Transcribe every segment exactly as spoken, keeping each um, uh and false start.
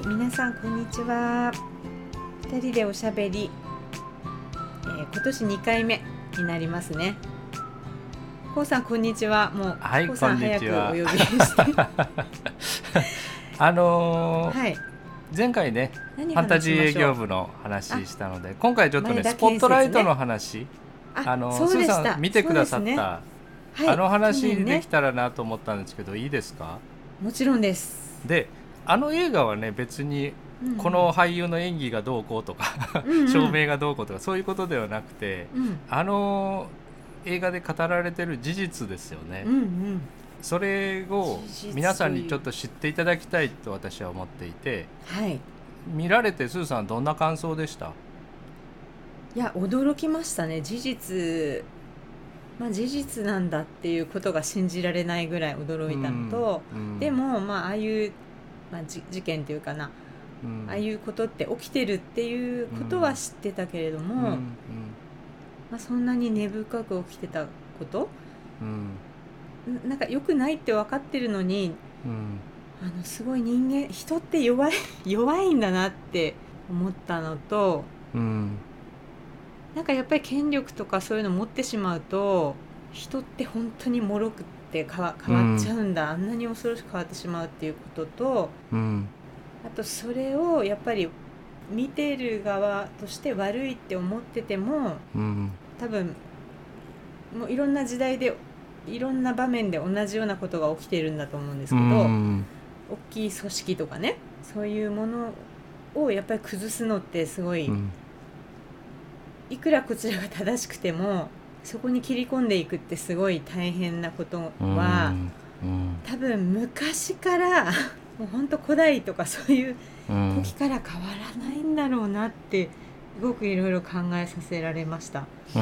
、皆さんこんにちは。ふたりでおしゃべり、えー、今年にかいめになりますね。こうさんこんにちは。もう、 はい、 こうさんこんにちは。 早くお呼びしてあのーはい、 前回ね何ファンタ話しましょう。 ジー営業部の話したので、今回ちょっとね前田スポットライト建設ねの話、 あ、 あのそうでした。 スーさん見てくださった、 そうですね。はい、 あの話去年ね、 できたらなと思ったんですけど、いいですか？ もちろんです。 で、あの映画はね別にうんうん、 この俳優の演技がどうこうとかうんうん、 照明がどうこうとかそういうことではなくて、 うん、 あの映画で語られてる事実ですよね、 うんうん、 それを事実皆さんにちょっと知っていただきたいと私は思っていて、 はい。 見られてスーさんどんな感想でした？ いや、驚きましたね。事実、まあ、事実なんだっていうことが信じられないぐらい驚いたのと、 うんうん、 でも、まあ、ああいう、まあ、じ事件というかな、 うん、 ああいうことって起きてるっていうことは知ってたけれども、 うんうんまあ、そんなに根深く起きてたこと、 うんななんか良くないって分かってるのに、 うん、 あのすごい人間人って弱い弱いんだなって思ったのと、 うん、 なんかやっぱり権力とかそういうの持ってしまうと人って本当に脆くって変わ、変わっちゃうんだ、うん、あんなに恐ろしく変わってしまうっていうことと、 うん、 あとそれをやっぱり見てる側として悪いって思ってても、 うん、 多分もういろんな時代でいろんな場面で同じようなことが起きてるんだと思うんですけど、うん、大きい組織とかね、そういうものをやっぱり崩すのってすごい、うん、いくらこちらが正しくてもそこに切り込んでいくってすごい大変なことは、うんうん、多分昔からもう本当古代とかそういう時から変わらないんだろうなってすごくいろいろ考えさせられました。 うん、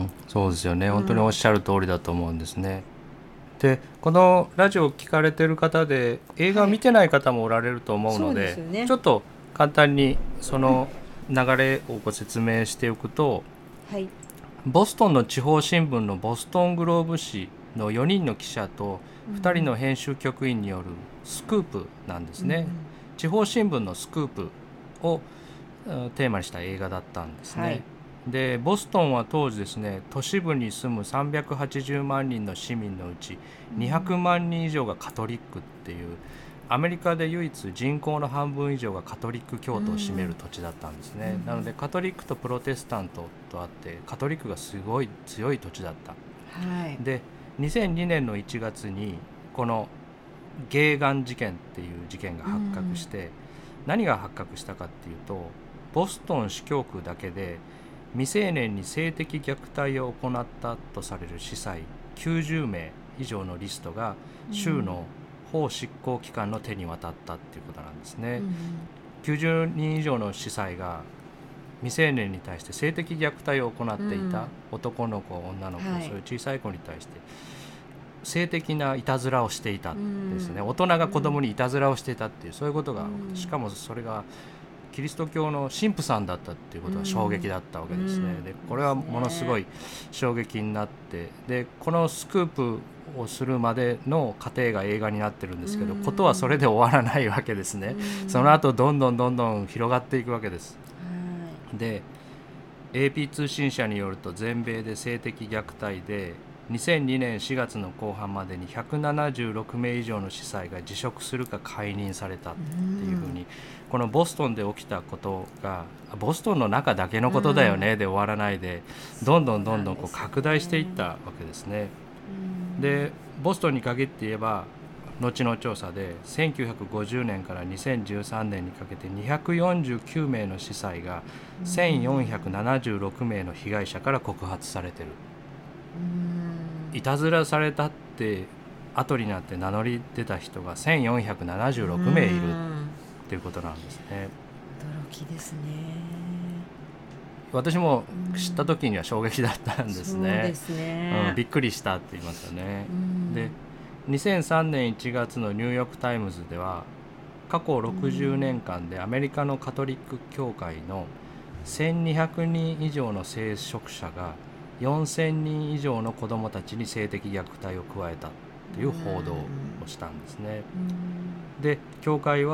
そうですよね、本当におっしゃる通りだと思うんですね。で、このラジオを聞かれてる方で映画を見てない方もおられると思うので、はい、そうですよね、ちょっと簡単にその流れをご説明しておくと、はい、ボストンの地方新聞のボストングローブ紙のよにんの記者とふたりの編集局員によるスクープなんですね、うんうん、地方新聞のスクープをテーマにした映画だったんですね、はい、でボストンは当時ですね、都市部に住むさんびゃくはちじゅうまんにんの市民のうちにひゃくまんにん以上がカトリックっていう、アメリカで唯一人口の半分以上がカトリック教徒を占める土地だったんですね、うん、なのでカトリックとプロテスタントとあってカトリックがすごい強い土地だった、はい、でにせんにねんのいちがつにこのゲーガン事件っていう事件が発覚して、うん、何が発覚したかっていうと、ボストン市教区だけで未成年に性的虐待を行ったとされる司祭きゅうじゅうめい以上のリストが州の法執行機関の手に渡ったっていうことなんですね、うん、きゅうじゅうにん以上の司祭が未成年に対して性的虐待を行っていた、うん、男の子女の子、はい、そういう小さい子に対して性的ないたずらをしていたですね、うん、大人が子供にいたずらをしていたっていう、そういうことが、うん、しかもそれがキリスト教の神父さんだったっていうことは衝撃だったわけですね、うん、でこれはものすごい衝撃になって、でこのスクープをするまでの過程が映画になってるんですけど、うん、ことはそれで終わらないわけですね、うん、その後どんどんどんどん広がっていくわけです、うん、で エーピー 通信社によると全米で性的虐待でにせんにねんしがつの後半までにひゃくななじゅうろくめい以上の司祭が辞職するか解任されたっていうふうに、このボストンで起きたことがボストンの中だけのことだよねで終わらないで、どんどんどんどんこう拡大していったわけですね。でボストンに限って言えば後の調査でせんきゅうひゃくごじゅうねんからにせんじゅうさんねんにかけてにひゃくよんじゅうきゅうめいの司祭がせんよんひゃくななじゅうろくめいの被害者から告発されてる。いたずらされたって後になって名乗り出た人がせんよんひゃくななじゅうろくめいいるっていうことなんですね。 驚きですね。 私も知った時には衝撃だったんですね。 そうですね、 うん、びっくりしたって言いますよね。でにせんさんねんいちがつのニューヨークタイムズでは過去ろくじゅうねんかんでアメリカのカトリック教会のせんにひゃくにん以上の聖職者がよんせんにん以上の子どもたちに性的虐待を加えたという報道をしたんですね。で教会は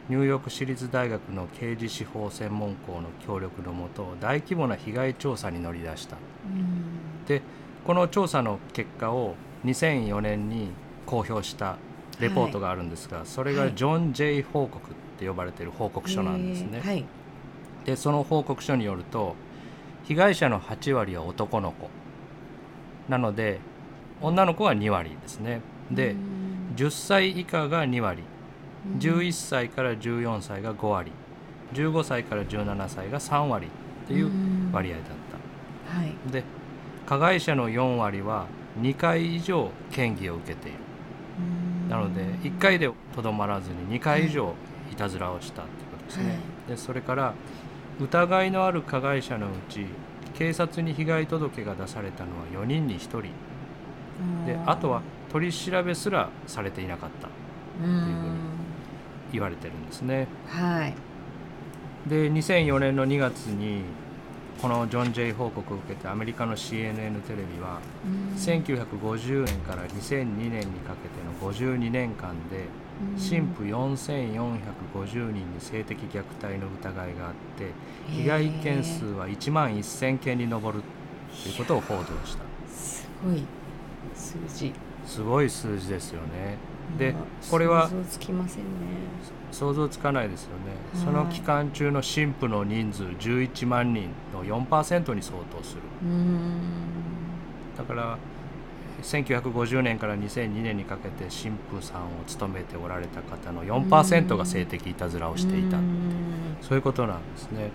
ニューヨーク市立大学の刑事司法専門校の協力のもと大規模な被害調査に乗り出した。でこの調査の結果をにせんよねんに公表したレポートがあるんですが、はい、それがジョン・ジェイ報告って呼ばれている報告書なんですね、はい、でその報告書によると被害者のはちわりは男の子なので女の子はにわりですね。でじゅっさい以下がにわり、じゅういっさいからじゅうよんさいがごわり、じゅうごさいからじゅうななさいがさんわりっていう割合だった、はい、で加害者のよんわりはにかい以上嫌疑を受けている。なのでいっかいでとどまらずににかい以上いたずらをしたっていうことですね、はい、でそれから疑いのある加害者のうち警察に被害届が出されたのはよにんにひとりで、あとは取り調べすらされていなかったというふうに言われてるんですね、はい、でにせんよねんのにがつにこのジョン・ジェイ報告を受けてアメリカの シーエヌエヌ テレビはせんきゅうひゃくごじゅうねんからにせんにねんにかけてのごじゅうにねんかんで神父よんせんよんひゃくごじゅうにんに性的虐待の疑いがあって被害件数はいちまんせんけんに上るということを報道した。 すごい数字すごい数字ですよね。でこれは想像つきませんね。 想像つかないですよね。その期間中の神父の人数じゅういちまんにんの よんパーセント に相当する。うーんだからせんきゅうひゃくごじゅうねんからにせんにねんにかけて神父さんを務めておられた方の よんパーセント が性的いたずらをしていた。そういうことなんですね。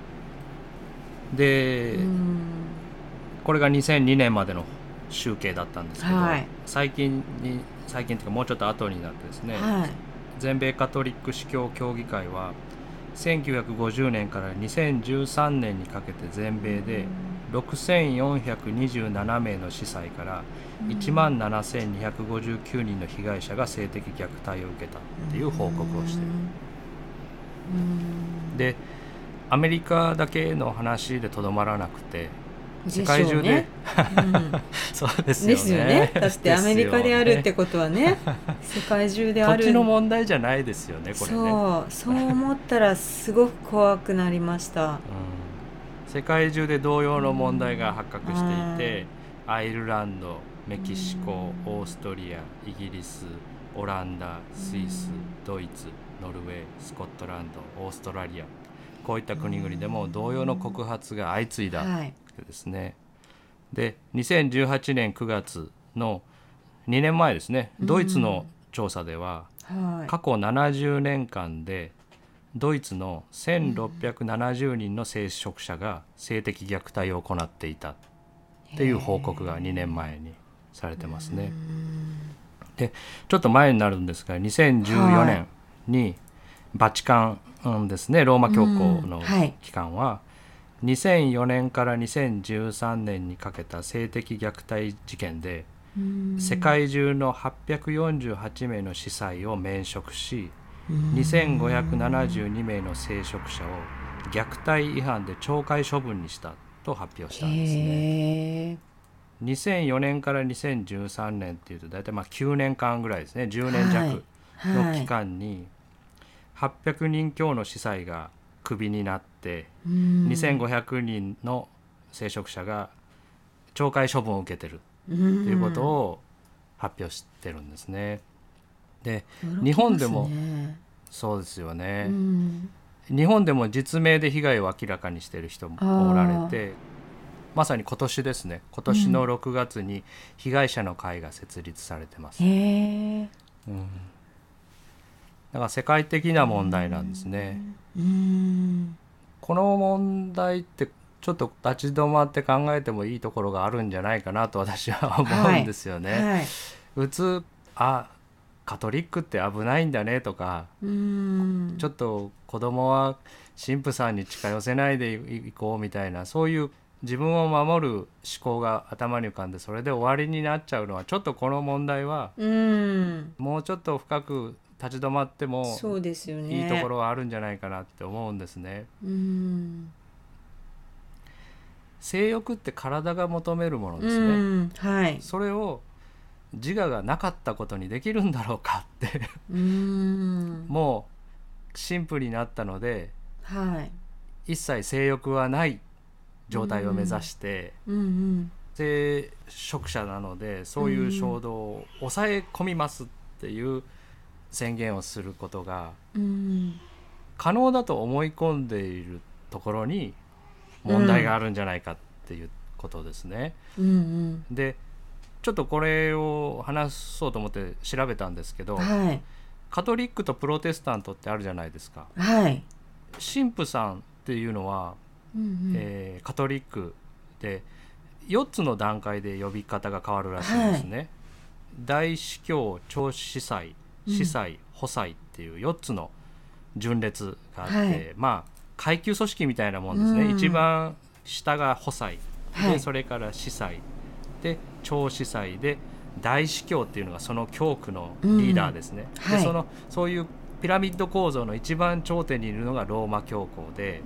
でこれがにせんにねんまでの集計だったんですけど、はい、最近に最近というかもうちょっと後になってですね、はい、全米カトリック司教協議会はせんきゅうひゃくごじゅうねんからにせんじゅうさんねんにかけて全米でろくせんよんひゃくにじゅうななめいの司祭からいちまんななせんにひゃくごじゅうきゅうにんの被害者が性的虐待を受けたっていう報告をしている。でアメリカだけの話でとどまらなくて世界中で、ねうん、そうですよね。ですよね。 だってアメリカであるってことはね、世界中である。 土地の問題じゃないですよね、これね。 そう、そう思ったらすごく怖くなりました。うん、 世界中で同様の問題が発覚していて、うん、アイルランド、メキシコ、オーストリア、イギリス、オランダ、スイス、ドイツ、ノルウェー、スコットランド、オーストラリア、こういった国々でも同様の告発が相次いだ。はいですね、でにせんじゅうはちねんくがつのにねんまえですね、ドイツの調査では、うんはい、過去ななじゅうねんかんでドイツのせんろっぴゃくななじゅうにんの聖職者が性的虐待を行っていたっていう報告がにねんまえにされてますね。でちょっと前になるんですがにせんじゅうよねんにバチカンですね、ローマ教皇の機関は、はいにせんよねんからにせんじゅうさんねんにかけた性的虐待事件で世界中のはっぴゃくよんじゅうはちめいの司祭を免職しにせんごひゃくななじゅうにめいの聖職者を虐待違反で懲戒処分にしたと発表したんですね。にせんよねんからにせんじゅうさんねんっていうと大体まあきゅうねんかんぐらいですね、じゅうねんじゃくの期間にはっぴゃくにん強の司祭がクビになってにせんごひゃくにんの聖職者が懲戒処分を受けてるということを発表してるんですね。で、日本でもそうですよね、うん、日本でも実名で被害を明らかにしている人もおられて、まさに今年ですね、今年のろくがつに被害者の会が設立されてます、うん、だから世界的な問題なんですね。うーんこの問題ってちょっと立ち止まって考えてもいいところがあるんじゃないかなと私は思うんですよね、はいはい、普通あカトリックって危ないんだねとか、うーんちょっと子供は神父さんに近寄せないでいこうみたいな、そういう自分を守る思考が頭に浮かんでそれで終わりになっちゃうのはちょっとこの問題はうーんもうちょっと深く立ち止まってもそうですよね、 いいところはあるんじゃないかなって思うんですね。うーん性欲って体が求めるものですね、うんはい、それを自我がなかったことにできるんだろうかってうーんも神父になったので、 はい、 一切性欲はない状態を目指して、 うんうん、 聖職者なのでそういう衝動を抑え込みますっていう宣言をすることが可能だと思い込んでいるところに問題があるんじゃないかっていうことですね、 うんうん、 でちょっとこれを話そうと思って調べたんですけど、 はい、 カトリックとプロテスタントってあるじゃないですか、 はい、 神父さんっていうのは、うんうんえー、カトリックでよっつの段階で呼び方が変わるらしいんですね、はい、大司教、長司祭、司祭、うん、補祭っていうよっつの順列があって、はい、まあ階級組織みたいなもんですね、うん、一番下が補祭で、はい、それから司祭で長司祭で大司教っていうのがその教区のリーダーですね、うん、で、はい、そのそういうピラミッド構造の一番頂点にいるのがローマ教皇で、うん、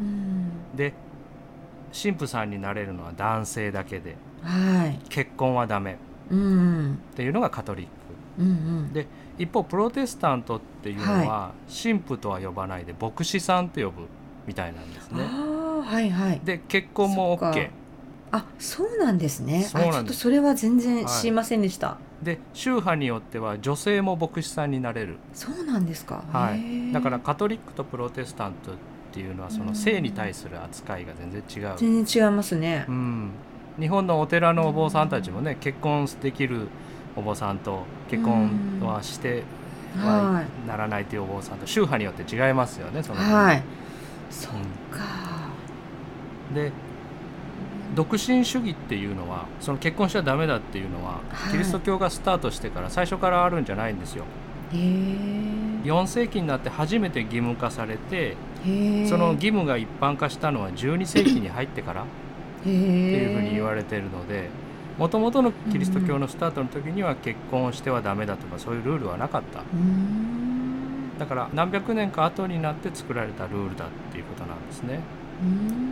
で神父さんになれるのは男性だけで、はい、結婚はダメっていうのがカトリック、うんうん、で一方プロテスタントっていうのは、はい、神父とは呼ばないで牧師さんと呼ぶみたいなんですね。 あ、はいはい、 で結婚も OK。 あ、そうなんですね。そうなんです。あ、ちょっとそれは全然知りませんでした、はい、 で宗派によっては女性も牧師さんになれる。 そうなんですか、 はい、だからカトリックとプロテスタントっていうのはその性に対する扱いが全然違う。 全然違いますね、 うん、日本のお寺のお坊さんたちもね、結婚できるお坊さんと結婚はしてはならないというお坊さんと宗派によって違いますよね、そのはい、そっか、 うん、で独身主義っていうのはその結婚しちゃダメだっていうのは、はい、キリスト教がスタートしてから最初からあるんじゃないんですよ。 へー、 よん世紀になって初めて義務化されて、その義務が一般化したのはじゅうに世紀に入ってからっていうふうに言われているので、もともとのキリスト教のスタートの時には結婚してはダメだとかそういうルールはなかった。うん、だから何百年か後になって作られたルールだっていうことなんですね。うん、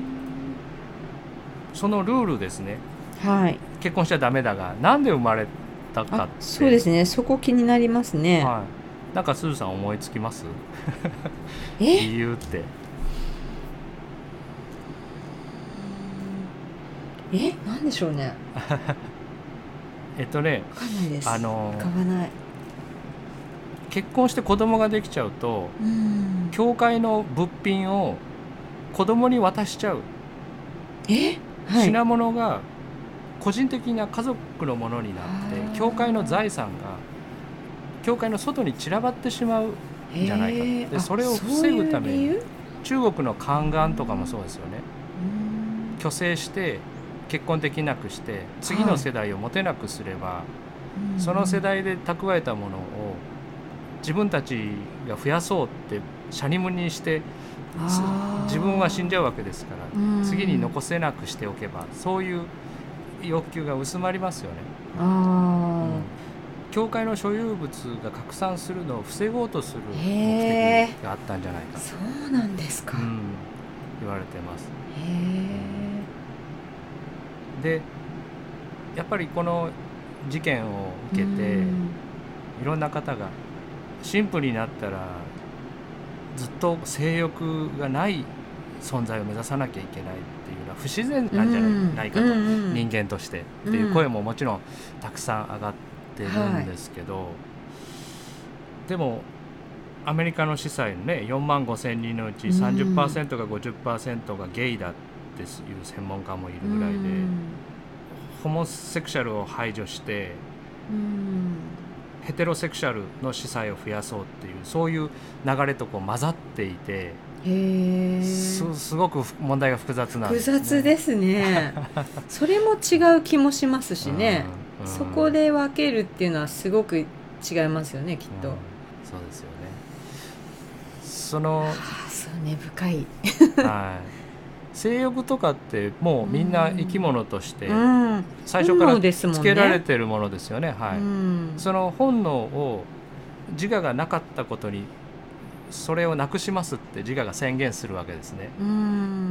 そのルールですね、 はい、 結婚しちゃダメだがなんで生まれたかって。 そうですね、そこ気になりますね、 はい、なんかすずさん思いつきます理由って。 え、なんでしょうねえっとね分かんないです。 あの浮かばない。 結婚して子供ができちゃうと、うん、教会の物品を子供に渡しちゃう。 え、はい、 品物が個人的な家族のものになって教会の財産が教会の外に散らばってしまうんじゃないか。でそれを防ぐために中国の宦官とかもそうですよね。虚勢して結婚できなくして次の世代を持てなくすれば、はい、その世代で蓄えたものを自分たちが増やそうってしゃにむにして自分は死んじゃうわけですから、次に残せなくしておけばそういう欲求が薄まりますよね。あ、うん、教会の所有物が拡散するのを防ごうとする目的があったんじゃないか。 そうなんですか、 うん、言われてます。 へでやっぱりこの事件を受けて、うん、いろんな方が神父になったらずっと性欲がない存在を目指さなきゃいけないっていうのは不自然なんじゃないかと、うんうん、人間としてっていう声ももちろんたくさん上がってるんですけど、はい、でもアメリカの司祭のねよんまんごせんにんのうち さんじゅっパーセント か ごじゅっパーセント がゲイだっていう専門家もいるぐらいで、うん、ホモセクシャルを排除して、うん、ヘテロセクシャルの司祭を増やそうっていうそういう流れとこう混ざっていて、へ す, すごく問題が複雑なんですね。 複雑ですねそれも違う気もしますしね、うんうん、そこで分けるっていうのはすごく違いますよねきっと、うん、 そうですよね。その、はあ、そうね、深いはい、性欲とかってもうみんな生き物として最初からつけられてるものですよね、はい、うん、その本能を自我がなかったことにそれをなくしますって自我が宣言するわけですね。うん、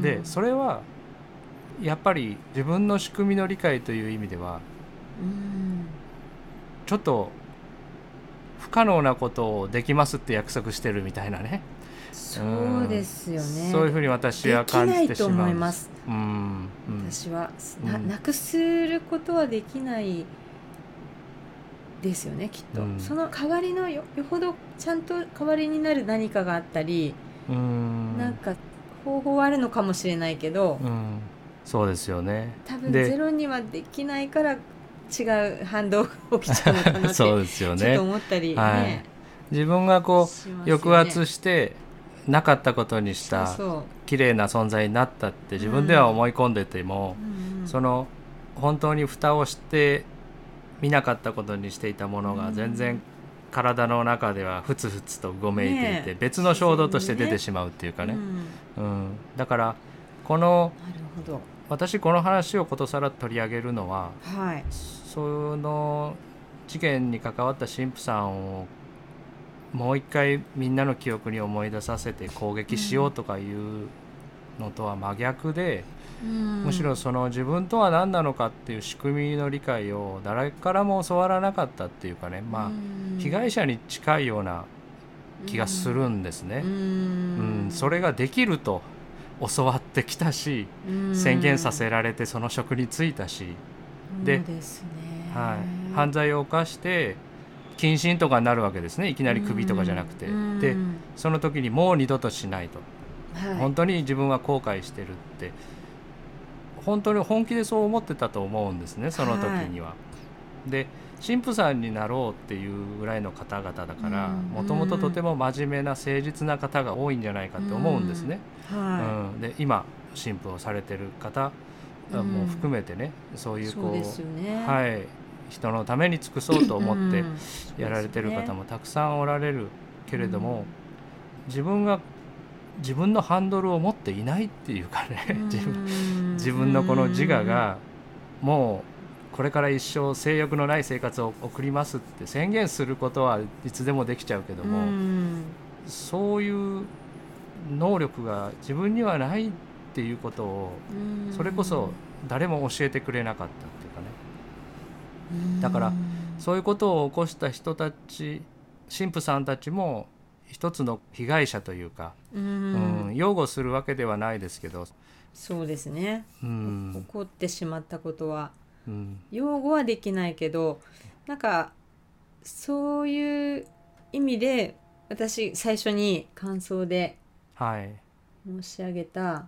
でそれはやっぱり自分の仕組みの理解という意味では、うん、ちょっと不可能なことをできますって約束してるみたいなねそうですよね、 そういうふうに私は感じてしまうんです。 できないと思います、 うん、 私は な, なくすることはできないですよね、きっと、うん、その代わりの よ, よほどちゃんと代わりになる何かがあったり、うん、なんか方法はあるのかもしれないけど、うん、 そうですよね、 多分ゼロにはできないから違う反動が起きちゃうのかなってそうですよ、ね、ちょっと思ったり、ね、はい、 自分がこう、ね、抑圧してなかったことにしたそうそう綺麗な存在になったって自分では思い込んでても、うん、その本当に蓋をして見なかったことにしていたものが全然体の中ではふつふつとうごめいていて、ね、別の衝動として出てしまうっていうかね、うんうん、だからこのなるほど、 私この話をことさら取り上げるのは、 はい、 その事件に関わった神父さんをもう一回みんなの記憶に思い出させて攻撃しようとかいうのとは真逆で、うん、むしろその自分とは何なのかっていう仕組みの理解を誰からも教わらなかったっていうかね、まあ、うん、被害者に近いような気がするんですね、うんうん、それができると教わってきたし、うん、宣言させられてその職に就いたし、で、 そうですね、 はい、犯罪を犯して謹慎とかになるわけですね、いきなり首とかじゃなくて、でその時にもう二度としないと、はい、本当に自分は後悔してるって本当に本気でそう思ってたと思うんですね、その時には、はい、で神父さんになろうっていうぐらいの方々だからもともととても真面目な誠実な方が多いんじゃないかって思うんですね、はい、うん、で今神父をされてる方も含めてね、そういうこう、そうですよね、はい、人のために尽くそうと思ってやられてる方もたくさんおられるけれども、うん、自分が自分のハンドルを持っていないっていうかね、自分、自分のこの自我がもうこれから一生性欲のない生活を送りますって宣言することはいつでもできちゃうけども、そういう能力が自分にはないっていうことをそれこそ誰も教えてくれなかったっていうかね、だからそういうことを起こした人たち、神父さんたちも一つの被害者というか、うん、うん、擁護するわけではないですけど、 そうですね、うん、起こってしまったことは、うん、擁護はできないけど、なんかそういう意味で私最初に感想で申し上げた、はい、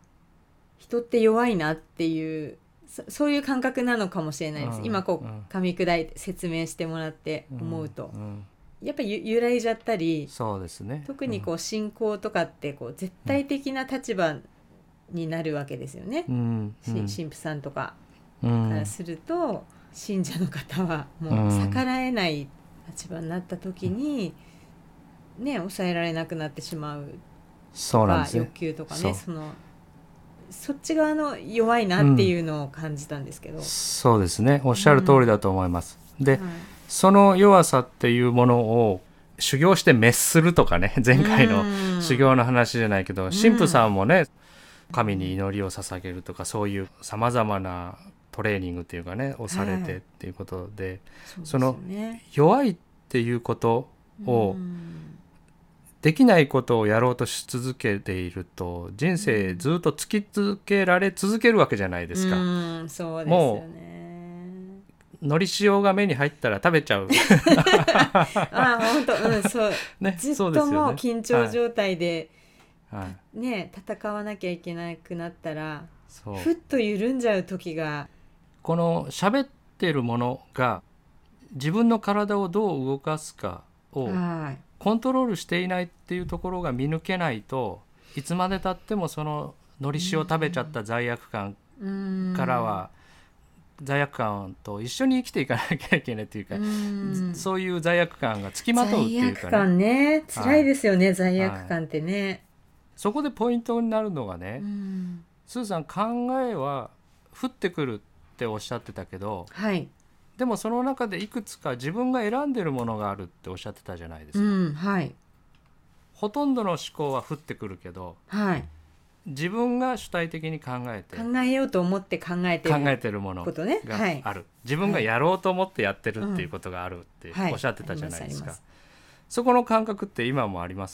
人って弱いなっていうそ, そういう感覚なのかもしれないです、うん、今こう噛み砕いて説明してもらって思うと、うんうん、やっぱり揺らいじゃったり、 そうですね、 特にこう信仰とかってこう絶対的な立場になるわけですよね、うんうん、神父さんとかからすると、うん、信者の方はもう逆らえない立場になった時に、うん、ね、抑えられなくなってしまうとか、そうなんですね、欲求とかね、そのそっち側の弱いなっていうのを感じたんですけど、うん、 そうですね、おっしゃる通りだと思います、うん、で、はい、その弱さっていうものを修行して滅するとかね、前回の修行の話じゃないけど、うん、神父さんもね、神に祈りを捧げるとか、そういうさまざまなトレーニングっていうかねをされてっていうことで、はい、その弱いっていうことを、できないことをやろうとし続けていると人生ずっと突き続けられ続けるわけじゃないですか、 うん、そうですよね、 もうのり塩が目に入ったら食べちゃうあ、本当、うん、そう、ね、ずっともう緊張状態で、はい、ね、戦わなきゃいけなくなったらふっと緩んじゃう時が、 この喋ってるものが自分の体をどう動かすかをコントロールしていないっていうところが見抜けないと、いつまで経ってもそののり塩食べちゃった罪悪感からは罪悪感と一緒に生きていかなきゃいけないっていうか、うそういう罪悪感がつきまとうっていうかね、 罪悪感ね、辛いですよね、はい、罪悪感ってね、はい、 そこでポイントになるのがね、スーさん、考えは降ってくるっておっしゃってたけど、はい、でもその中でいくつか自分が選んでるものがあるっておっしゃってたじゃないですか、うん、はい、ほとんどの思考は降ってくるけど、はい、自分が主体的に考えて考えようと思って考えてる考えてるものがある、ね、はい、自分がやろうと思ってやってるっていうことがあるっておっしゃってたじゃないですか、はい、そこの感覚って今もあります？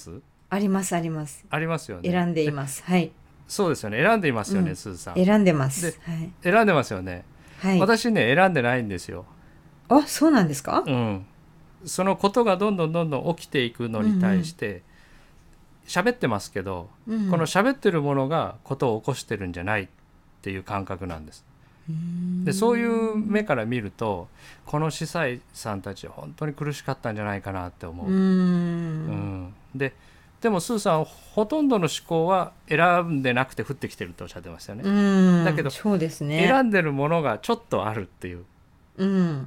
ありますあります。 ありますよね。 選んでいます。はい。 そうですよね。選んでいますよね、うん、スーさん。 選んでます。 はい、選んでますよね。はい、私ね選んでないんですよ。 あ、そうなんですか？ うん。そのことがどんどんどんどん起きていくのに対して喋、うんうん、ってますけど、うんうん、この喋ってるものがことを起こしてるんじゃないっていう感覚なんです。でそういう目から見るとこの司祭さんたちは本当に苦しかったんじゃないかなって思う。うん、うん、ででもスーさんほとんどの思考は選んでなくて降ってきてるとおっしゃってましたよね。うんだけどそうですね、 選んでるものがちょっとあるっていう、うん、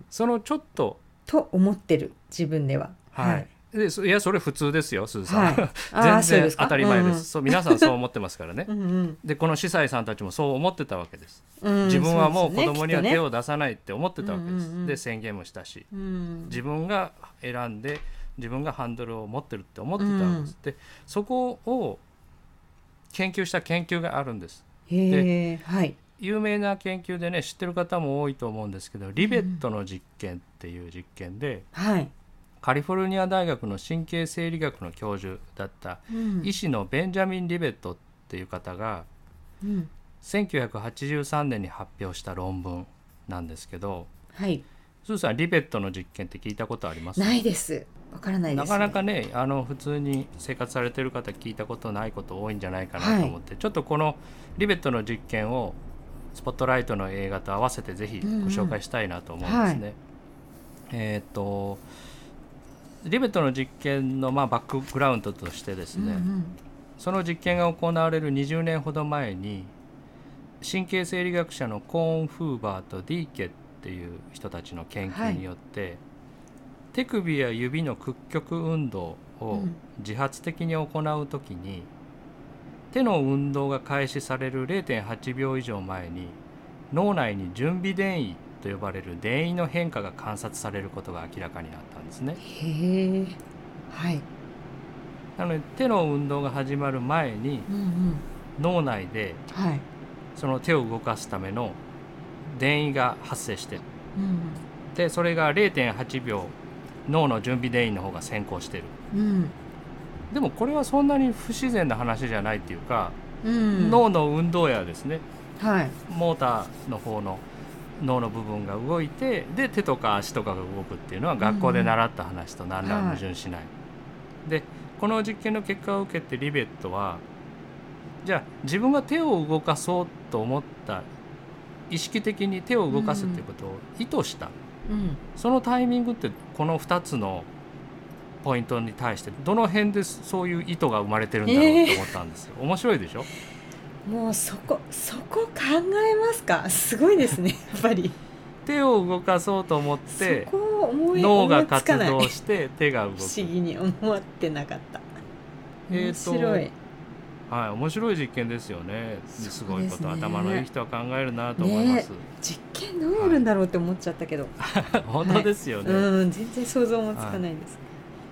そのちょっとと思ってる自分では、 はい、はいでいやそれ普通ですよスーさん、はい、全然当たり前です、うんうん、そう皆さんそう思ってますからねうん、うん、でこの司祭さんたちもそう思ってたわけです、うん、自分はもう子供には手を出さないって思ってたわけです、ね、で宣言もしたし、うん、自分が選んで自分がハンドルを持ってるって思ってたわけです、うん、でそこを研究した研究があるんです。 へー、はい、 有名な研究でね知ってる方も多いと思うんですけどリベットの実験っていう実験で、うんはいカリフォルニア大学の神経生理学の教授だった医師のベンジャミン・リベットっていう方がせんきゅうひゃくはちじゅうさんねんに発表した論文なんですけど、はい、スーさんリベットの実験って聞いたことあります？ ないです。わからないです、ね、 なかなかねあの普通に生活されてる方聞いたことないこと多いんじゃないかなと思って、はい、ちょっとこのリベットの実験をスポットライトの映画と合わせてぜひご紹介したいなと思うんですね、うんうんはい、えっ、ー、とリベットの実験のまあバックグラウンドとしてですね、うんうん、その実験が行われるにじゅうねんほど前に神経生理学者のコーン・フーバーとディーケっていう人たちの研究によって、はい、手首や指の屈曲運動を自発的に行うときに、うん、手の運動が開始される れいてんはちびょう以上前に脳内に準備電位と呼ばれる電位の変化が観察されることが明らかになったんですね。 へー、はい、 なので手の運動が始まる前に、うんうん、脳内でその手を動かすための電位が発生してる、うんうん、でそれが れいてんはちびょう脳の準備電位の方が先行してる、うん、でもこれはそんなに不自然な話じゃないっていうか、うん、脳の運動やですね、はい、モーターの方の脳の部分が動いてで手とか足とかが動くっていうのは学校で習った話と何ら矛盾しない、うん、でこの実験の結果を受けてリベットはじゃあ自分が手を動かそうと思った意識的に手を動かすっていうことを意図した、うん、そのタイミングってこのふたつのポイントに対してどの辺でそういう意図が生まれてるんだろうと思ったんですよ、えー、面白いでしょ。 もうそこそこ考えますか。すごいですねやっぱり手を動かそうと思って脳が活動して手が動く。 不思議に思ってなかった。面白い、 えーとはい、面白い実験ですよね。すごいこと、ね、頭のいい人は考えるなと思います、ね、 実験どうなるんだろうって思っちゃったけど、 はい、本当ですよね、 はい、うん全然想像もつかないです、はい、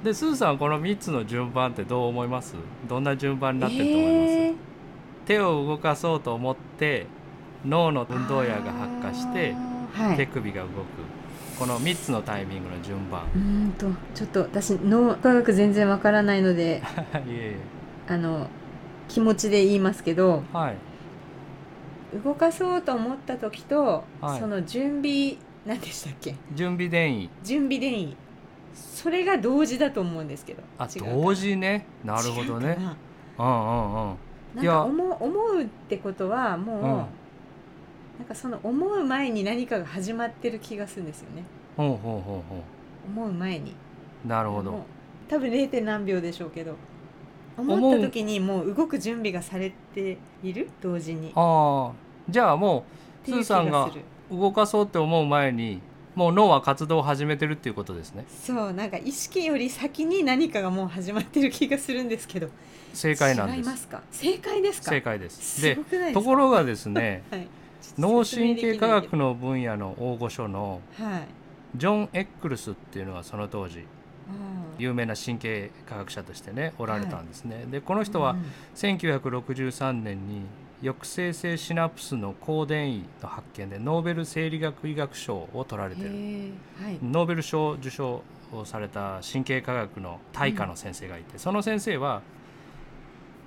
でスーさんはこのみっつの順番ってどう思います？どんな順番になってると思います？えー手を動かそうと思って脳の運動野が発火して手首が動く、はい、このみっつのタイミングの順番。 うんとちょっと私脳科学全然わからないのでいえいえあの気持ちで言いますけど、はい、動かそうと思った時と、はい、その準備何でしたっけ準備電位準備電位それが同時だと思うんですけど。 あ同時ね。なるほどね。うんうんうんなんか 思, 思うってことはもう、うん、なんかその思う前に何かが始まってる気がするんですよね。 ほうほうほうほう思う前に。 なるほど。 多分 れい. 点何秒でしょうけど思った時にもう動く準備がされている同時に。 ああじゃあもうスーさんが動かそうって思う前にもう脳は活動を始めてるっていうことですね。 そうなんか意識より先に何かがもう始まってる気がするんですけど。 正解なんです。 違いますか？正解ですか？ 正解です。 すごくないですか？ ところがですね、はい、脳神経科学の分野の大御所のジョン・エックルスっていうのはその当時有名な神経科学者としてねおられたんですね、はい、でこの人はせんきゅうひゃくろくじゅうさんねんに抑制性シナプスの高電位の発見でノーベル生理学医学賞を取られている、はい、ノーベル賞を受賞された神経科学の大家の先生がいて、うん、その先生は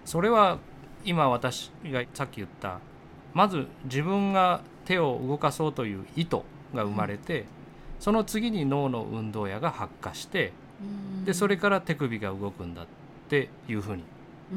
それは今私がさっき言ったまず自分が手を動かそうという意図が生まれて、うん、その次に脳の運動野が発火して、うん、でそれから手首が動くんだっていうふうに、うん、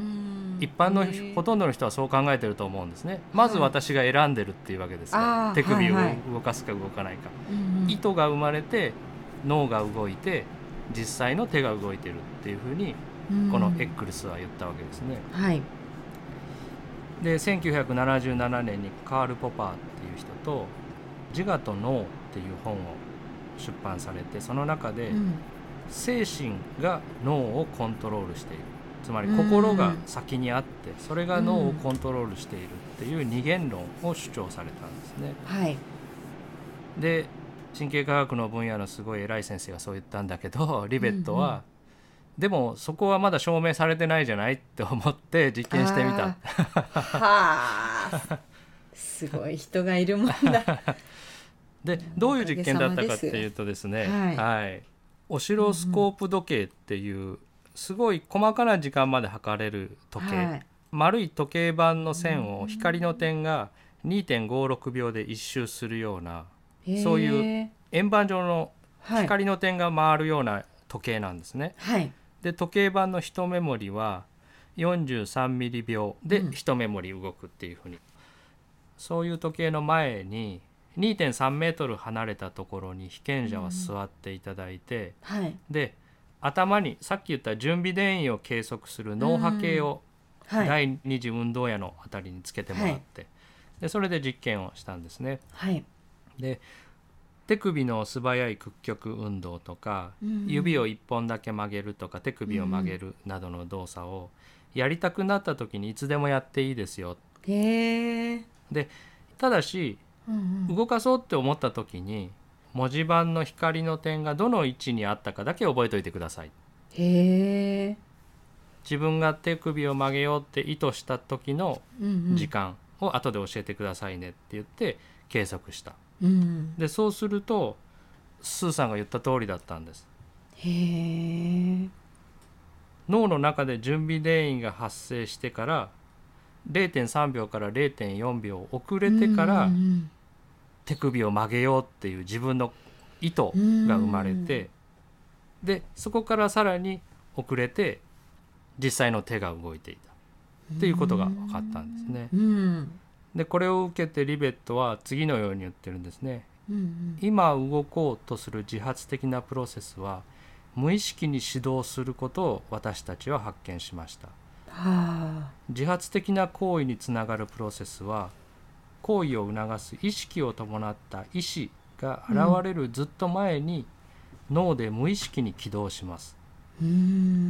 一般のほとんどの人はそう考えてると思うんですね。まず私が選んでるっていうわけですから、はい、手首を動かすか動かないか、はいはい、意図が生まれて脳が動いて実際の手が動いてるっていうふうにこのエックルスは言ったわけですね、 はい、 でせんきゅうひゃくななじゅうななねんにカール・ポパーっていう人と自我と脳っていう本を出版されて、その中で精神が脳をコントロールしている、つまり心が先にあってそれが脳をコントロールしているっていう二元論を主張されたんですね、 はい、で神経科学の分野のすごい偉い先生がそう言ったんだけど、リベットは、うんうん、でもそこはまだ証明されてないじゃないって思って実験してみた。はあすごい人がいるもんだでどういう実験だったかっていうとですね、はいはい、オシロスコープ時計っていうすごい細かな時間まで測れる時計、はい、丸い時計盤の線を光の点が にてんごろくびょうで一周するような、そういう円盤状の光の点が回るような時計なんですね、はい、で時計盤のいちメモリはよんじゅうさんミリびょうでいちメモリ動くっていうふうに、うん、そういう時計の前に にてんさんメートル離れたところに被験者は座っていただいて、うんはい、で頭にさっき言った準備電位を計測する脳波計を第二次運動野のあたりにつけてもらって、はい、でそれで実験をしたんですね、はい、で手首の素早い屈曲運動とか、うん、指をいっぽんだけ曲げるとか手首を曲げるなどの動作をやりたくなった時にいつでもやっていいですよ。へー。でただし、うんうん、動かそうって思った時に文字盤の光の点がどの位置にあったかだけ覚えておいてください。へー。自分が手首を曲げようって意図した時の時間を後で教えてくださいねって言って計測した、うん、でそうするとスーさんが言った通りだったんです。へー。脳の中で準備電位が発生してから れいてんさんびょうから れいてんよんびょう遅れてから手首を曲げようっていう自分の意図が生まれて、でそこからさらに遅れて実際の手が動いていたっていうことが分かったんですね。でこれを受けてリベットは次のように言ってるんですね、うんうん、今動こうとする自発的なプロセスは無意識に指導することを私たちは発見しました、はあ、自発的な行為につながるプロセスは行為を促す意識を伴った意思が現れるずっと前に脳で無意識に起動します、うん、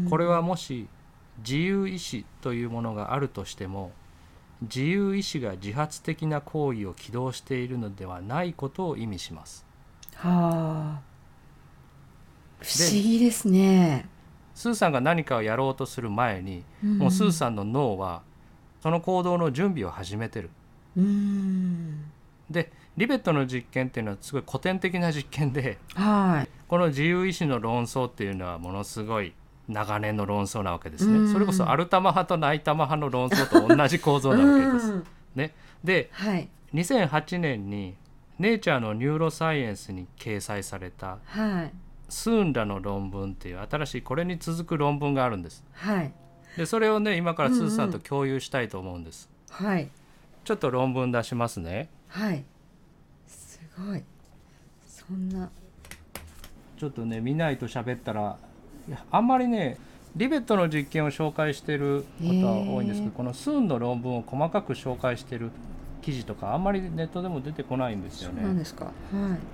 これはもし自由意志というものがあるとしても自由意志が自発的な行為を起動しているのではないことを意味します。はあ、不思議ですね。スーさんが何かをやろうとする前に、うん、もうスーさんの脳はその行動の準備を始めてる。うーんでリベットの実験っていうのはすごい古典的な実験で、はい、この自由意志の論争っていうのはものすごい長年の論争なわけですね。それこそアルタマ派とナイタマ派の論争と同じ構造なわけです、ね、で、はい、にせんはちねんにネイチャーのニューロサイエンスに掲載された、はい、スーンらの論文っていう新しいこれに続く論文があるんです、はい、でそれをね今からスーさんと共有したいと思うんです、うんうんはい、ちょっと論文出しますね。はいすごいそんなちょっとね見ないと喋ったらいやあんまりねリベットの実験を紹介していることは多いんですけど、このスーンの論文を細かく紹介している記事とかあんまりネットでも出てこないんですよね。そうなんですか。はい、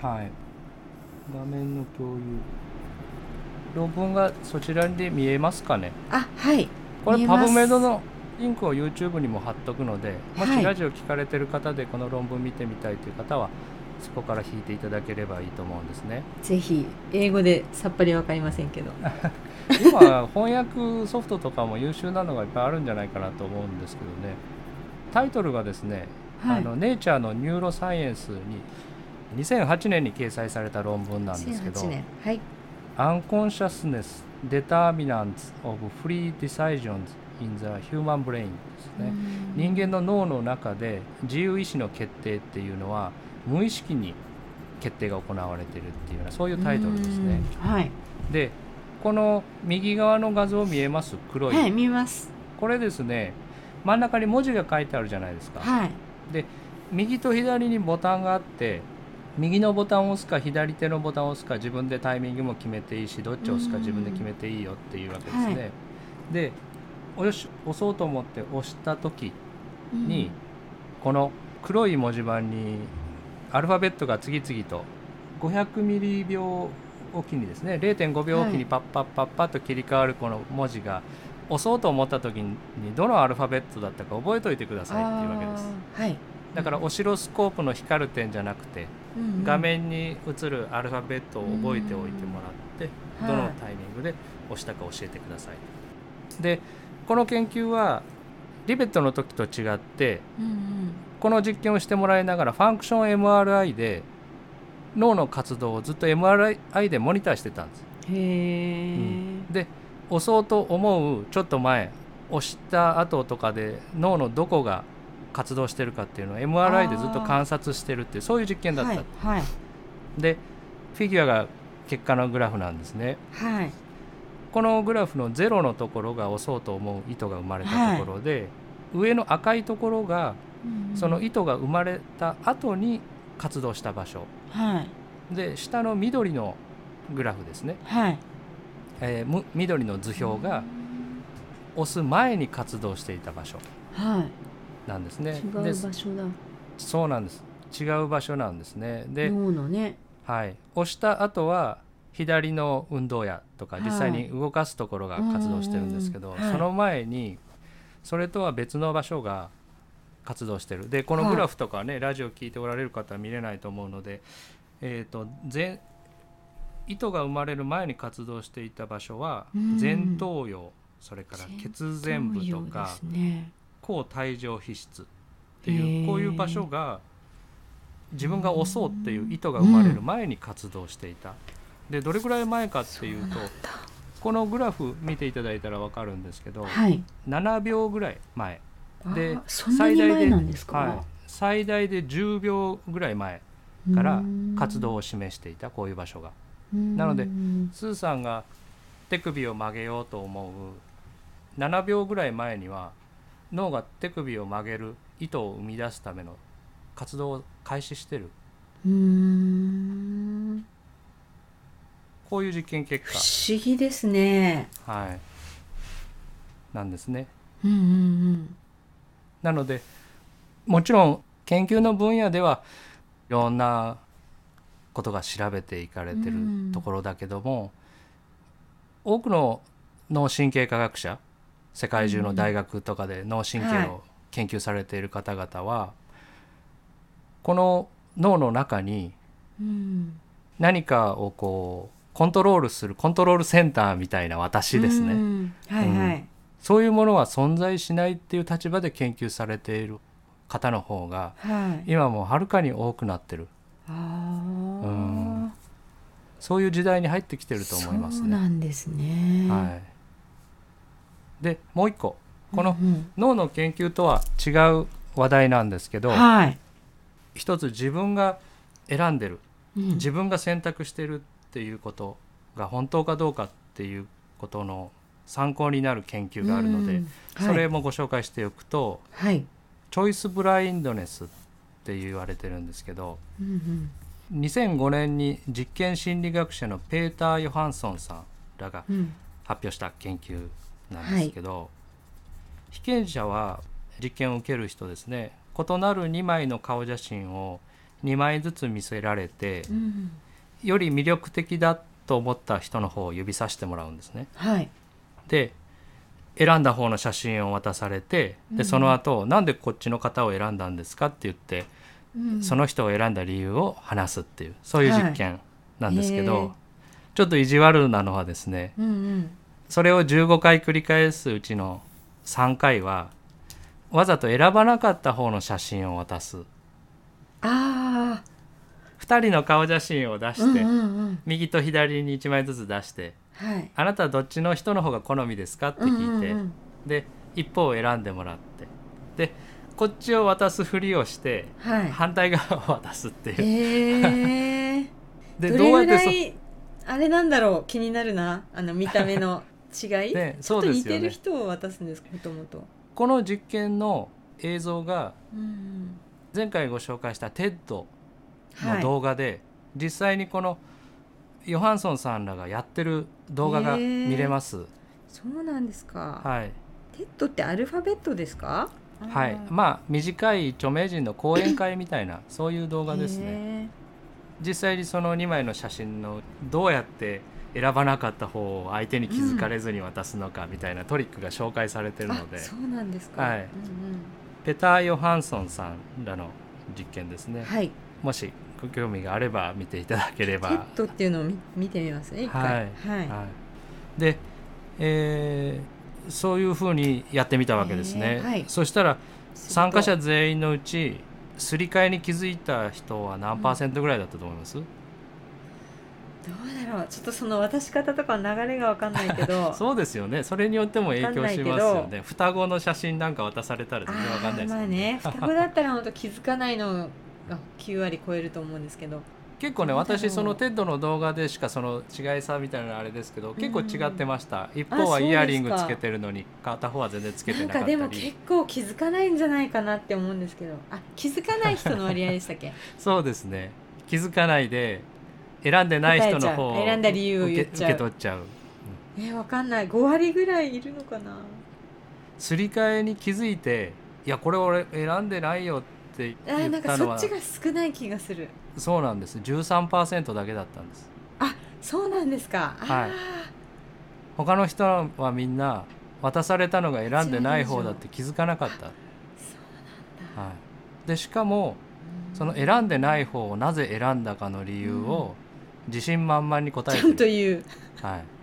はい、画面の共有論文がそちらで見えますかね。あはいこれパブメドのリンクを YouTube にも貼っとくので、もしラジオ聞かれてる方でこの論文見てみたいという方はそこから引いていただければいいと思うんですね。ぜひ英語でさっぱりわかりませんけど今翻訳ソフトとかも優秀なのがいっぱいあるんじゃないかなと思うんですけどね。タイトルがですね、はい、あのネイチャーのニューロサイエンスににせんはちねんに掲載された論文なんですけど、にせんはちねん、はい、Unconsciousness Determinants of Free Decisions in the human brain ですね。人間の脳の中で自由意志の決定っていうのは無意識に決定が行われているっていうようなそういうタイトルですね。 はい、 でこの右側の画像見えます？黒い。 はい、見えます。 これですね、真ん中に文字が書いてあるじゃないですか。 はい、 で右と左にボタンがあって、右のボタンを押すか左手のボタンを押すか自分でタイミングも決めていいし、どっちを押すか自分で決めていいよっていうわけですね。はい、でよし押そうと思って押した時に、うん、この黒い文字盤にアルファベットが次々とごひゃくミリびょうおきにですね れいてんごびょうおきにパッパッパッパッと切り替わるこの文字が押そうと思った時にどのアルファベットだったか覚えておいてくださいっていうわけです。 はい、 だからオシロスコープの光る点じゃなくて、うんうん、画面に映るアルファベットを覚えておいてもらって、うん、どのタイミングで押したか教えてください。はい、でこの研究はリベットの時と違って、うんうん、この実験をしてもらいながらファンクション エムアールアイ で脳の活動をずっと エムアールアイ でモニターしてたんです。 へー、うん、 で押そうと思うちょっと前、押した後とかで脳のどこが活動してるかっていうのを エムアールアイ でずっと観察してるっていうそういう実験だった。はいはい、でフィギュアが結果のグラフなんですね。はい、このグラフのゼロのところが押そうと思う糸が生まれたところで、はい、上の赤いところが、うん、その糸が生まれた後に活動した場所、はい、で下の緑のグラフですね、はい、えー、緑の図表が押す前に活動していた場所なんですね。はい、 違う場所だ。 そうなんです、違う場所なんですね。で脳のね、 はい、押した後は左の運動やとか実際に動かすところが活動してるんですけど、はい、その前にそれとは別の場所が活動してる。でこのグラフとかね、はい、ラジオ聞いておられる方は見れないと思うので、えーと、前糸が生まれる前に活動していた場所は前頭葉、それから血前部とか、ね、高帯状皮質っていうこういう場所が自分が押そうっていう糸が生まれる前に活動していた。うん、でどれぐらい前かっていうと、このグラフ見ていただいたら分かるんですけど、はい、ななびょうぐらい前で、最大で、はい、最大でじゅうびょうぐらい前から活動を示していた、こういう場所が。なのでスーさんが手首を曲げようと思うななびょうぐらい前には脳が手首を曲げる意図を生み出すための活動を開始してる。うーん、こういう実験結果、 不思議ですね。 はい、なんですね。 うんうんうん、 なのでもちろん研究の分野ではいろんなことが調べていかれてるところだけども、多くの脳神経科学者、世界中の大学とかで脳神経を研究されている方々は、はい、この脳の中に何かをこうコントロールするコントロールセンターみたいな私ですね、うんはいはいうん、そういうものは存在しないっていう立場で研究されている方の方が、はい、今もはるかに多くなってる。あ、うん、そういう時代に入ってきてると思いますね。 そうなんですね。 はい、でもう一個この脳の研究とは違う話題なんですけど、はい、一つ自分が選んでる、うん、自分が選択してるっていうことが本当かどうかっていうことの参考になる研究があるので、うんはい、それもご紹介しておくと、はい、チョイスブラインドネスって言われてるんですけど、うんうん、にせんごねんに実験心理学者のペーター・ヨハンソンさんらが発表した研究なんですけど、はい、被験者は実験を受ける人ですね、異なるにまいの顔写真をにまいずつ見せられて、うん、より魅力的だと思った人の方を指さしてもらうんですね、はい、で選んだ方の写真を渡されて、でその後、うん、なんでこっちの方を選んだんですかって言って、うん、その人を選んだ理由を話すっていうそういう実験なんですけど、はい、ちょっと意地悪なのはですね、うんうん、それをじゅうごかい繰り返すうちのさんかいはわざと選ばなかった方の写真を渡す。あふたりの顔写真を出して、うんうんうん、右と左にいちまいずつ出して、はい、あなたはどっちの人の方が好みですかって聞いて、うんうんうん、で一方を選んでもらって、でこっちを渡すふりをして、はい、反対側を渡すっていう、 へーでどれぐらいあれなんだろう、気になるな、あの見た目の違い、ね、ちょっと似てる人を渡すんですか、もともと。 この実験の映像が前回ご紹介した テッド の動画で、はい、実際にこのヨハンソンさんらがやってる動画が見れます。 そうなんですか。 はい、 テッドってアルファベットですか？ はい、まあ短い著名人の講演会みたいなそういう動画ですね。実際にそのにまいの写真のどうやって選ばなかった方を相手に気づかれずに渡すのかみたいなトリックが紹介されてるので、 うん、そうなんですか、 はい、うんうん、ペター・ヨハンソンさんらの実験ですね、 はい、 もしご興味があれば見ていただければ。 テッドっていうのを 見, 見てみますね一回、はいはいはい、で、えー、そういうふうにやってみたわけですね、はい、そしたら参加者全員のうちすり替えに気づいた人は何パーセントぐらいだったと思います？うん、 どうだろう、ちょっとその渡し方とかの流れが分かんないけどそうですよね、それによっても影響しますよね。双子の写真なんか渡されたら全然分かんないですよね。 まあね、双子だったら本当気づかないのがきゅうわり超えると思うんですけど、 結構ね、私そのテッドの動画でしかその違いさみたいなのあれですけど、結構違ってました、うん、一方はイヤリングつけてるのに片方は全然つけてなかったり。 なんかでも結構気づかないんじゃないかなって思うんですけど、あ、気づかない人の割合でしたっけそうですね、気づかないで選んでない人の方を選んだ理由を言っちゃう、 受け取っちゃう、 うん、えー、分かんない、ごわりぐらいいるのかな。 すり替えに気づいて、いやこれ俺選んでないよって言ったのは、 あ、なんかそっちが少ない気がする。 そうなんです、 じゅうさんパーセント だけだったんです。 あ、そうなんですか。あ、 はい、他の人はみんな渡されたのが選んでない方だって気づかなかった。そうなんだ、はい、でしかもその選んでない方をなぜ選んだかの理由を自信満々に答えてる、 ちゃんと言う、 はい、あ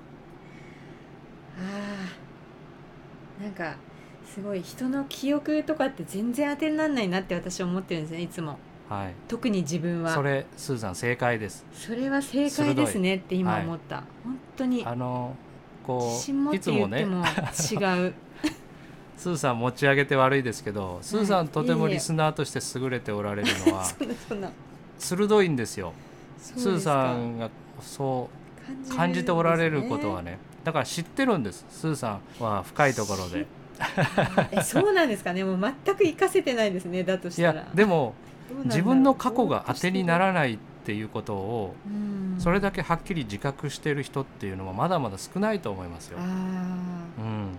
あ、なんかすごい人の記憶とかって全然当てにならないなって私は思ってるんですね、いつも、はい、特に自分は。 それスーザン正解です。 それは正解ですねって今思った、はい、本当にあのこう自信持って言っても違うスーさん持ち上げて悪いですけど、はい、スーさんとてもリスナーとして優れておられるのは鋭いんですよ。スーさんがそう感じておられることはね、だから知ってるんです、スーさんは深いところでえ、そうなんですかね。もう全く活かせてないですね、だとしたら。 いやでも自分の過去が当てにならないっていうことをそれだけはっきり自覚している人っていうのはまだまだ少ないと思いますよ。あ、うん、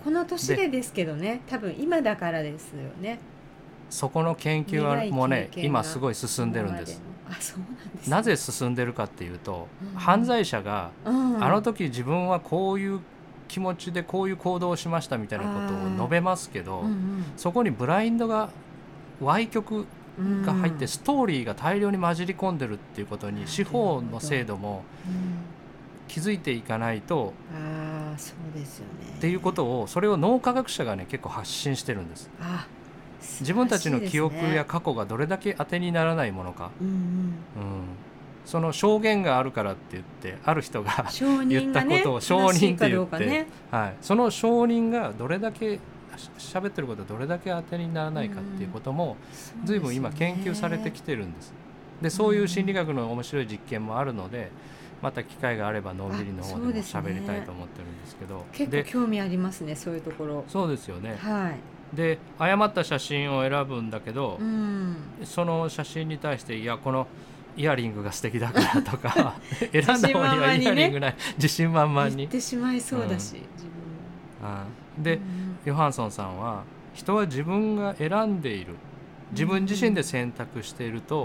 この年でですけどね、多分今だからですよね。 そこの研究はもうね今すごい進んでるんです。 あ、そうなんですね。 なぜ進んでるかっていうと、うん、犯罪者が、うん、あの時自分はこういう気持ちでこういう行動をしましたみたいなことを述べますけど、うんうん、そこにブラインドが歪曲が入ってストーリーが大量に混じり込んでるっていうことに司法の制度も気づいていかないと、 あ、そうですよねっていうことを、それを脳科学者がね結構発信してるんです。あ、自分たちの記憶や過去がどれだけ当てにならないものか、うんうんうん、その証言があるからって言ってある人が言ったことを証人って言って、ね、はい、その証人がどれだけ喋ってることはどれだけ当てにならないかっていうことも随分今研究されてきてるんです。で、そういう心理学の面白い実験もあるので、また機会があればのんびりの方でも喋りたいと思ってるんですけど、 結構興味ありますね、そういうところ。 そうですよね、 はい、 で誤った写真を選ぶんだけど、うん、その写真に対していやこのイヤリングが素敵だからとか選んだ方にはイヤリングない自信満々に言ってしまいそうだし、うん、自分も、うん、で、うん、ヨハンソンさんは人は自分が選んでいる、自分自身で選択していると、うん、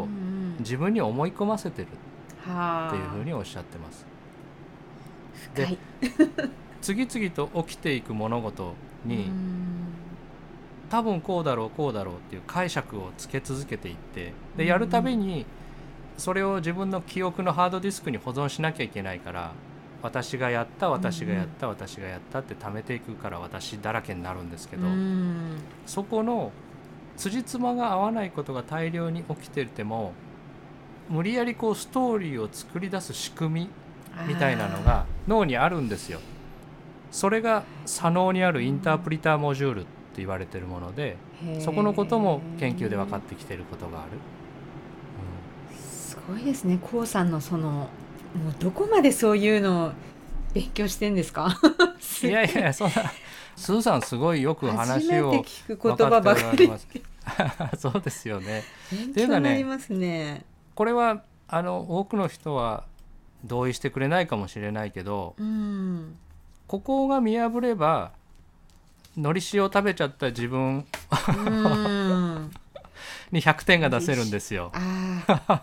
自分に思い込ませてるっていうふうにおっしゃってます。で次々と起きていく物事に、うん、多分こうだろうこうだろうっていう解釈をつけ続けていって、でやるたびにそれを自分の記憶のハードディスクに保存しなきゃいけないから、私がやった私がやった、うん、私がやったって貯めていくから私だらけになるんですけど、うん、そこの辻褄が合わないことが大量に起きてても無理やりこうストーリーを作り出す仕組みみたいなのが脳にあるんですよ。それが左脳にあるインタープリターモジュールっ言われているもので、そこのことも研究で分かってきていることがある、 うん、すごいですね。コウさんのそのもうどこまでそういうのを勉強してんですかいやいやそんなスーさんすごいよく話を初めて聞く言葉ばかりそうですよね。 勉強になりますね。 これはあの多くの人は同意してくれないかもしれないけど、 うん、 ここが見破ればのり塩を食べちゃった自分うんにひゃくてんが出せるんですよ。 あ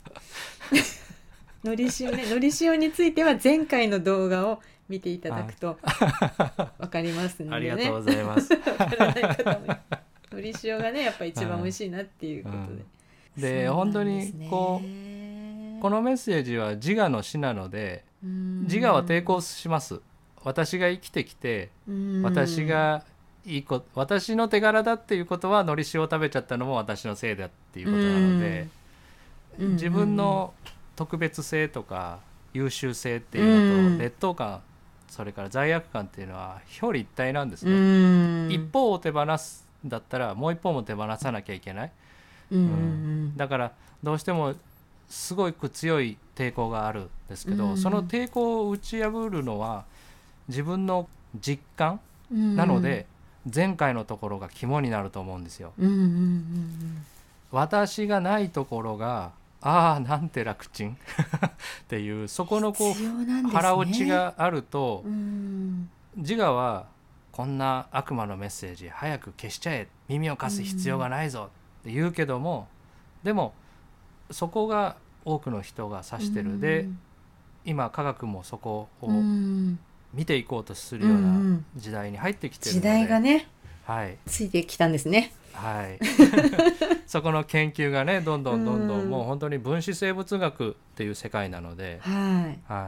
のり塩ね、のり塩については前回の動画を見ていただくとわかりますんでね。 ありがとうございます。 わからない方ものり塩がねやっぱ一番美味しいなっていうことで、 うん、で本当にこうこのメッセージは自我の死なので、自我は抵抗します。私が生きてきて、私がいいこ私の手柄だっていうことはのり塩を食べちゃったのも私のせいだっていうことなので、自分の特別性とか優秀性っていうのと劣等感、それから罪悪感っていうのは表裏一体なんですね。一方を手放すんだったらもう一方も手放さなきゃいけない、うん、だからどうしてもすごく強い抵抗があるんですけど、その抵抗を打ち破るのは自分の実感なので、前回のところが肝になると思うんですよ、うんうんうんうん、私がないところがああなんて楽ちんっていうそこのこう、ね、腹落ちがあると、うん、自我はこんな悪魔のメッセージ早く消しちゃえ、耳を貸す必要がないぞって言うけども、でもそこが多くの人が指してる、うん、で今科学もそこを見ていこうとするような時代に入ってきてるので、 時代がね、 はい、 ついてきたんですね。 はい、そこの研究がねどんどんどんどんもう本当に分子生物学っていう世界なので、 はいはい、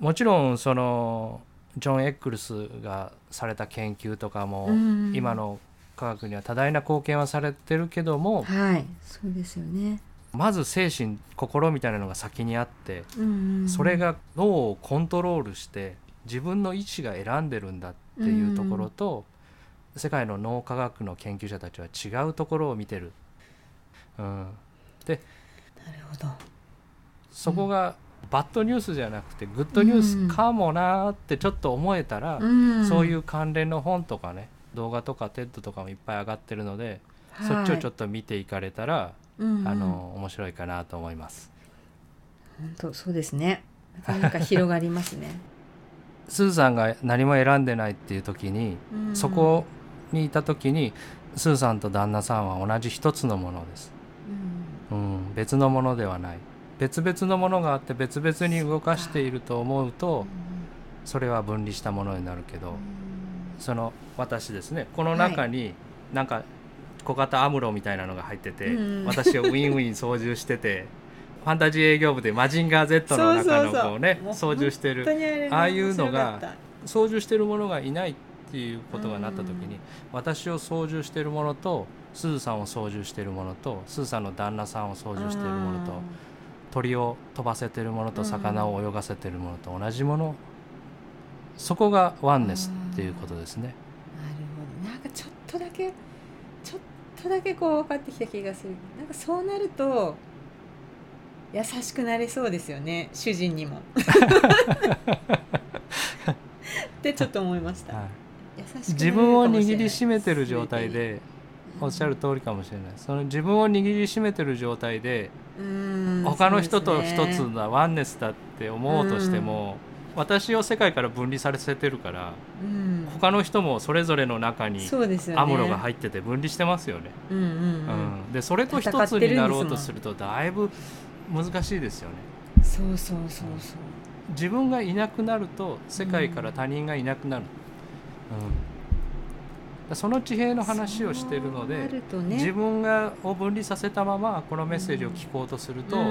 もちろんそのジョン・エックルスがされた研究とかも今の科学には多大な貢献はされてるけども、 はい、そうですよね。 まず精神心みたいなのが先にあって、それが脳をコントロールして自分の意思が選んでるんだっていうところと、世界の脳科学の研究者たちは違うところを見てる、うん、でなるほど、 そこがバッドニュースじゃなくてグッドニュースかもなってちょっと思えたら、うん、そういう関連の本とかね動画とかテッドとかもいっぱい上がってるので、はい、そっちをちょっと見ていかれたら、うんうん、あの面白いかなと思います。 本当そうですね、なかなか広がりますねスーさんが何も選んでないっていう時に、うん、そこにいた時にスーさんと旦那さんは同じ一つのものです、うんうん、別のものではない。別々のものがあって別々に動かしていると思うと、それは分離したものになるけど、その私ですね、この中になんか小型アムロみたいなのが入ってて、私をウィンウィン操縦しててファンタジー営業部でマジンガー Z の中のこうね操縦してるああいうのが操縦してるものがいないっていうことがなった時に、私を操縦してるものとスーさんを操縦してるものとスーさんの旦那さんを操縦してるものと鳥を飛ばせてるものと魚を泳がせてるものと同じもの、そこがワンネスっていうことですね。 なるほど、なんかちょっとだけちょっとだけこう分かってきた気がする。なんかそうなると優しくなれそうですよね、主人にもってちょっと思いました、はい、優しくなれるかもしれない。 自分を握りしめてる状態でおっしゃる通りかもしれない、うん、その自分を握りしめてる状態でうん他の人と一つなワンネスだって思うとしても、うん、私を世界から分離させてるから、うん、他の人もそれぞれの中にアムロが入ってて分離してますよね。うんうんうんうん、でそれと一つになろうとするとだいぶ難しいですよね。 そうそうそうそう。 自分がいなくなると世界から他人がいなくなる、うんうん、その地平の話をしているので、ね、自分がを分離させたままこのメッセージを聞こうとすると、うん、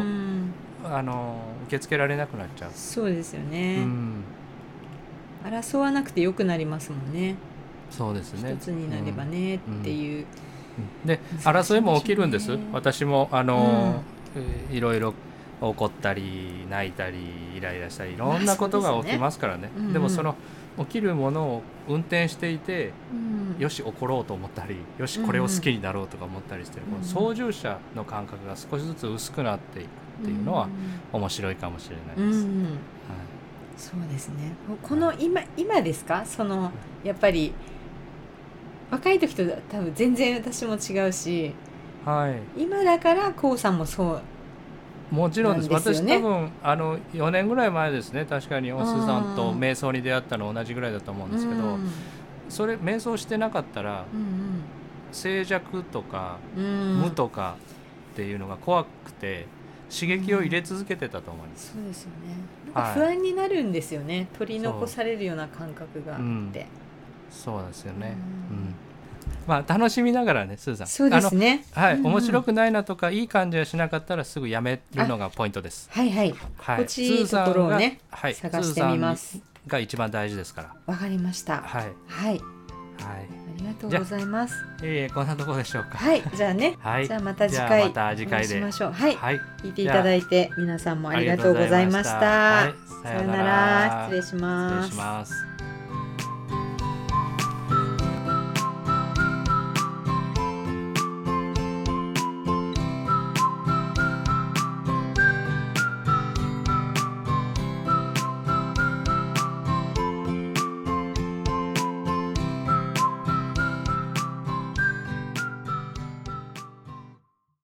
あの受け付けられなくなっちゃう。 そうですよね、うん、争わなくてよくなりますもんね。 そうですね、 一つになればねっていう、うんうん、で争いも起きるんです。私もあの、うん、いろいろ怒ったり泣いたりイライラしたりいろんなことが起きますからね、まあ で, ね、うんうん、でもその起きるものを運転していて、 うん、 よし怒ろうと思ったり、よしこれを好きになろうとか思ったりして、うん、この操縦者の感覚が少しずつ薄くなっていくっていうのは面白いかもしれないです、うんうん、はい、 そうですね。この 今, 今ですか、そのやっぱり若い時と多分全然私も違うし、はい、今だからこうさんもそうもちろんです。私多分あのよねんぐらい前ですね、確かにおすさんと瞑想に出会ったの同じぐらいだと思うんですけど、うん、それ瞑想してなかったら、うんうん、静寂とか、うん、無とかっていうのが怖くて刺激を入れ続けてたと思います、 うん、そうですよね。なんか不安になるんですよね、はい、取り残されるような感覚があって、うん、 そうですよね、うんうん、まあ楽しみながらね、スーさん、 そうですね、 はい、うんうん、面白くないなとかいい感じがしなかったらすぐやめるのがポイントです。 はいはい、はい、心地いいところをね、 はい、 探してみます。 が一番大事ですから。 わかりました。はいはい、はい、ありがとうございます。 えー、こんなところでしょうか。 はい、じゃあね、はい、じゃあまた次回また次回でお会いしましょう。はい、はい、聞いていただいて皆さんもありがとうございました。はい、さようなら、失礼します。 失礼します。